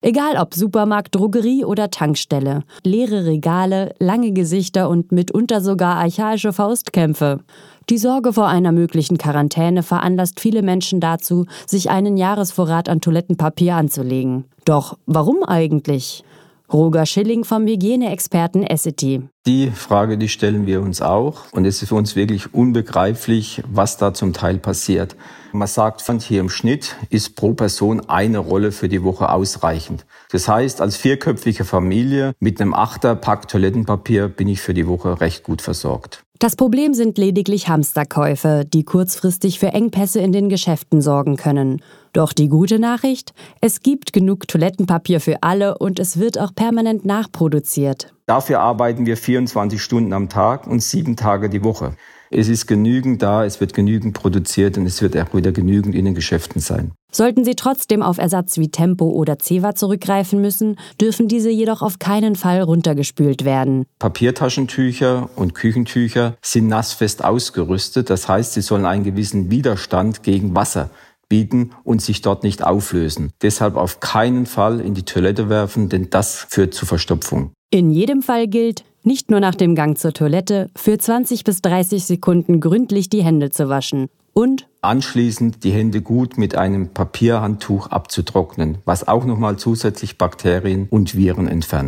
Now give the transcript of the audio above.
Egal ob Supermarkt, Drogerie oder Tankstelle. Leere Regale, lange Gesichter und mitunter sogar archaische Faustkämpfe. Die Sorge vor einer möglichen Quarantäne veranlasst viele Menschen dazu, sich einen Jahresvorrat an Toilettenpapier anzulegen. Doch warum eigentlich? Roger Schilling vom Hygieneexperten Essity. Die Frage, die stellen wir uns auch. Und es ist für uns wirklich unbegreiflich, was da zum Teil passiert. Man sagt, hier im Schnitt ist pro Person eine Rolle für die Woche ausreichend. Das heißt, als vierköpfige Familie mit einem 8er-Pack Toilettenpapier bin ich für die Woche recht gut versorgt. Das Problem sind lediglich Hamsterkäufe, die kurzfristig für Engpässe in den Geschäften sorgen können. Doch die gute Nachricht? Es gibt genug Toilettenpapier für alle und es wird auch permanent nachproduziert. Dafür arbeiten wir 24 Stunden am Tag und 7 Tage die Woche. Es ist genügend da, es wird genügend produziert und es wird auch wieder genügend in den Geschäften sein. Sollten Sie trotzdem auf Ersatz wie Tempo oder Zewa zurückgreifen müssen, dürfen diese jedoch auf keinen Fall runtergespült werden. Papiertaschentücher und Küchentücher sind nassfest ausgerüstet. Das heißt, sie sollen einen gewissen Widerstand gegen Wasser bieten und sich dort nicht auflösen. Deshalb auf keinen Fall in die Toilette werfen, denn das führt zu Verstopfung. In jedem Fall gilt, nicht nur nach dem Gang zur Toilette, für 20 bis 30 Sekunden gründlich die Hände zu waschen. Und anschließend die Hände gut mit einem Papierhandtuch abzutrocknen, was auch nochmal zusätzlich Bakterien und Viren entfernt.